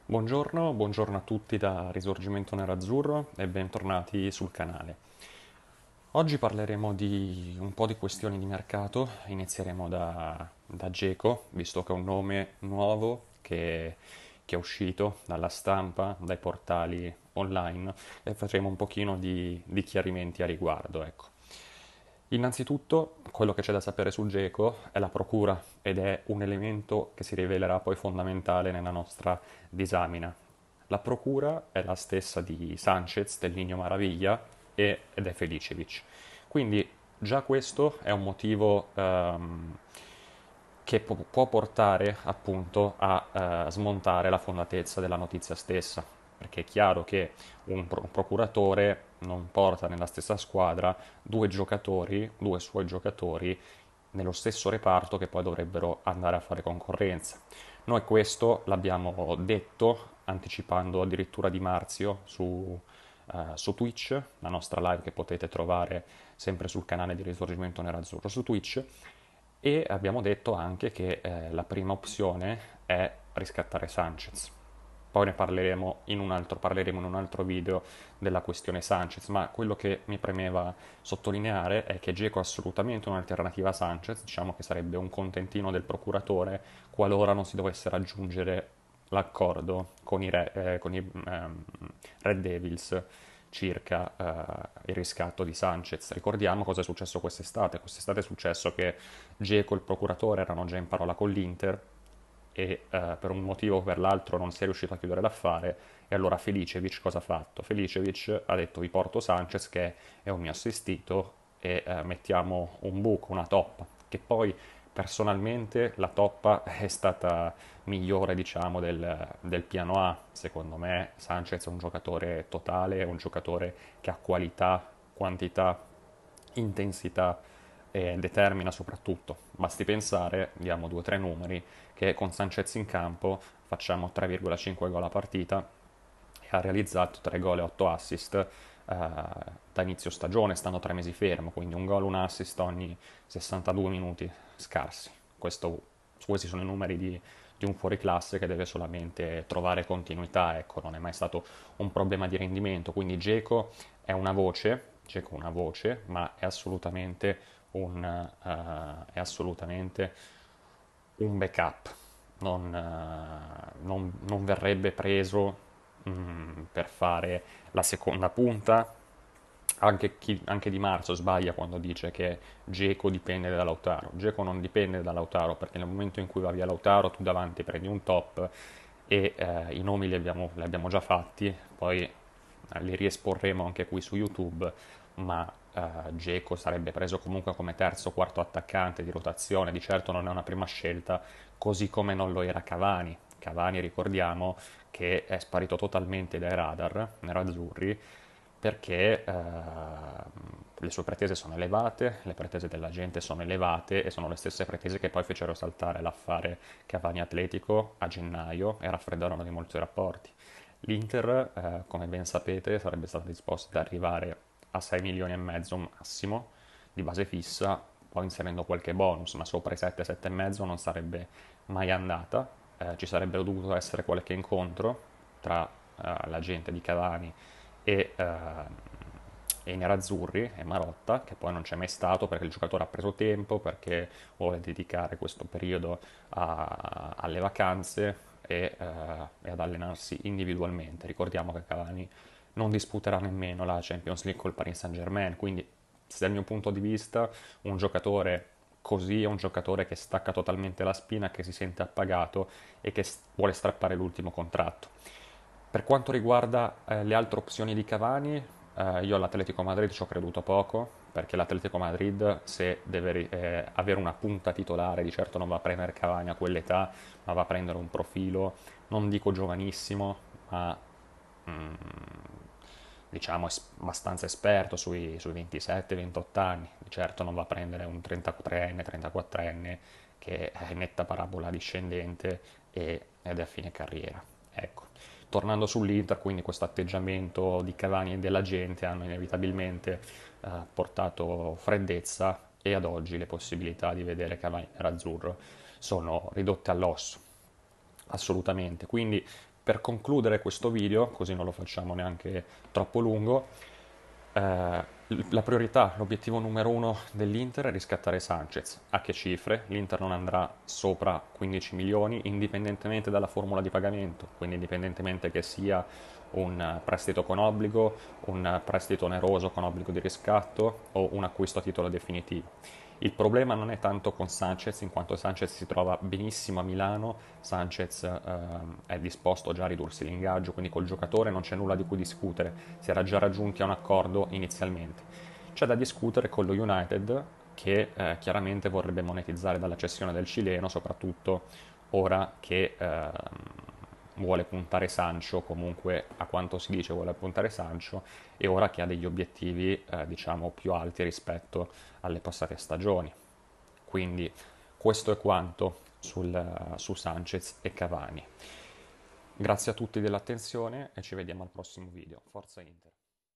Buongiorno a tutti da Risorgimento Nerazzurro e bentornati sul canale. Oggi parleremo di un po' di questioni di mercato, inizieremo da Geco, visto che è un nome nuovo che è uscito dalla stampa, dai portali online e faremo un pochino di chiarimenti a riguardo, ecco. Innanzitutto, quello che c'è da sapere su Geco è la procura ed è un elemento che si rivelerà poi fondamentale nella nostra disamina. La procura è la stessa di Sanchez, del Niño Maraviglia ed è Felicevic. Quindi già questo è un motivo che può portare appunto a smontare la fondatezza della notizia stessa, perché è chiaro che un procuratore non porta nella stessa squadra due giocatori, due suoi giocatori, nello stesso reparto che poi dovrebbero andare a fare concorrenza. Noi questo l'abbiamo detto anticipando addirittura Di Marzio su Twitch, la nostra live che potete trovare sempre sul canale di Risorgimento Nerazzurro su Twitch, e abbiamo detto anche che la prima opzione è riscattare Sanchez. Poi ne parleremo in un altro video della questione Sanchez, ma quello che mi premeva sottolineare è che Dzeko è assolutamente un'alternativa a Sanchez, diciamo che sarebbe un contentino del procuratore qualora non si dovesse raggiungere l'accordo con i Red Devils circa il riscatto di Sanchez. Ricordiamo cosa è successo quest'estate. Quest'estate è successo che Dzeko e il procuratore erano già in parola con l'Inter e per un motivo o per l'altro non si è riuscito a chiudere l'affare e allora Felicevic cosa ha fatto? Felicevic ha detto vi porto Sanchez che è un mio assistito e mettiamo un buco, una toppa, che poi personalmente la toppa è stata migliore diciamo del piano A. Secondo me Sanchez è un giocatore totale, è un giocatore che ha qualità, quantità, intensità e determina soprattutto. Basti pensare, diamo 2 o 3 numeri, che con Sanchez in campo facciamo 3,5 gol a partita e ha realizzato 3 gol e 8 assist da inizio stagione, stando 3 mesi fermo, quindi un gol, un assist ogni 62 minuti scarsi. Questi sono i numeri di un fuoriclasse che deve solamente trovare continuità, ecco, non è mai stato un problema di rendimento, quindi Dzeko è una voce, ma è assolutamente un backup, non verrebbe preso per fare la seconda punta. Anche Di Marzo sbaglia quando dice che Dzeko dipende da Lautaro. Dzeko non dipende da Lautaro perché nel momento in cui va via Lautaro tu davanti prendi un top e i nomi li abbiamo già fatti, poi li riesporremo anche qui su YouTube, ma Dzeko sarebbe preso comunque come terzo o quarto attaccante di rotazione, di certo non è una prima scelta, così come non lo era Cavani. Cavani ricordiamo che è sparito totalmente dai radar nerazzurri perché le sue pretese sono elevate, le pretese della gente sono elevate e sono le stesse pretese che poi fecero saltare l'affare Cavani Atletico a gennaio e raffreddarono di molti rapporti. L'Inter, come ben sapete, sarebbe stata disposta ad arrivare a 6 milioni e mezzo massimo di base fissa, poi inserendo qualche bonus, ma sopra i 7, 7 e mezzo non sarebbe mai andata. Ci sarebbe dovuto essere qualche incontro tra la gente di Cavani e, e i nerazzurri e Marotta, che poi non c'è mai stato perché il giocatore ha preso tempo, perché vuole dedicare questo periodo alle vacanze e ad allenarsi individualmente. Ricordiamo che Cavani non disputerà nemmeno la Champions League col Paris Saint-Germain, quindi dal mio punto di vista un giocatore così è un giocatore che stacca totalmente la spina, che si sente appagato e che vuole strappare l'ultimo contratto. Per quanto riguarda le altre opzioni di Cavani, io all'Atletico Madrid ci ho creduto poco, perché l'Atletico Madrid, se deve avere una punta titolare, di certo non va a prendere Cavani a quell'età, ma va a prendere un profilo, non dico giovanissimo, ma mm, diciamo abbastanza esperto sui 27-28 anni. Di certo non va a prendere un 33enne, 34enne che è in netta parabola discendente ed è a fine carriera. Ecco. Tornando sull'Inter, quindi questo atteggiamento di Cavani e della gente hanno inevitabilmente portato freddezza e ad oggi le possibilità di vedere Cavani nerazzurro sono ridotte all'osso, assolutamente. Quindi Per concludere questo video, così non lo facciamo neanche troppo lungo, la priorità, l'obiettivo numero uno dell'Inter è riscattare Sanchez. A che cifre? L'Inter non andrà sopra 15 milioni indipendentemente dalla formula di pagamento, quindi indipendentemente che sia un prestito con obbligo, un prestito oneroso con obbligo di riscatto o un acquisto a titolo definitivo. Il problema non è tanto con Sanchez, in quanto Sanchez si trova benissimo a Milano, Sanchez è disposto già a ridursi l'ingaggio, quindi col giocatore non c'è nulla di cui discutere, si era già raggiunti a un accordo inizialmente. C'è da discutere con lo United che chiaramente vorrebbe monetizzare dalla cessione del cileno, soprattutto ora che vuole puntare Sancho, comunque a quanto si dice vuole puntare Sancho, e ora che ha degli obiettivi diciamo più alti rispetto alle passate stagioni. Quindi questo è quanto su Sanchez e Cavani. Grazie a tutti dell'attenzione e ci vediamo al prossimo video. Forza Inter!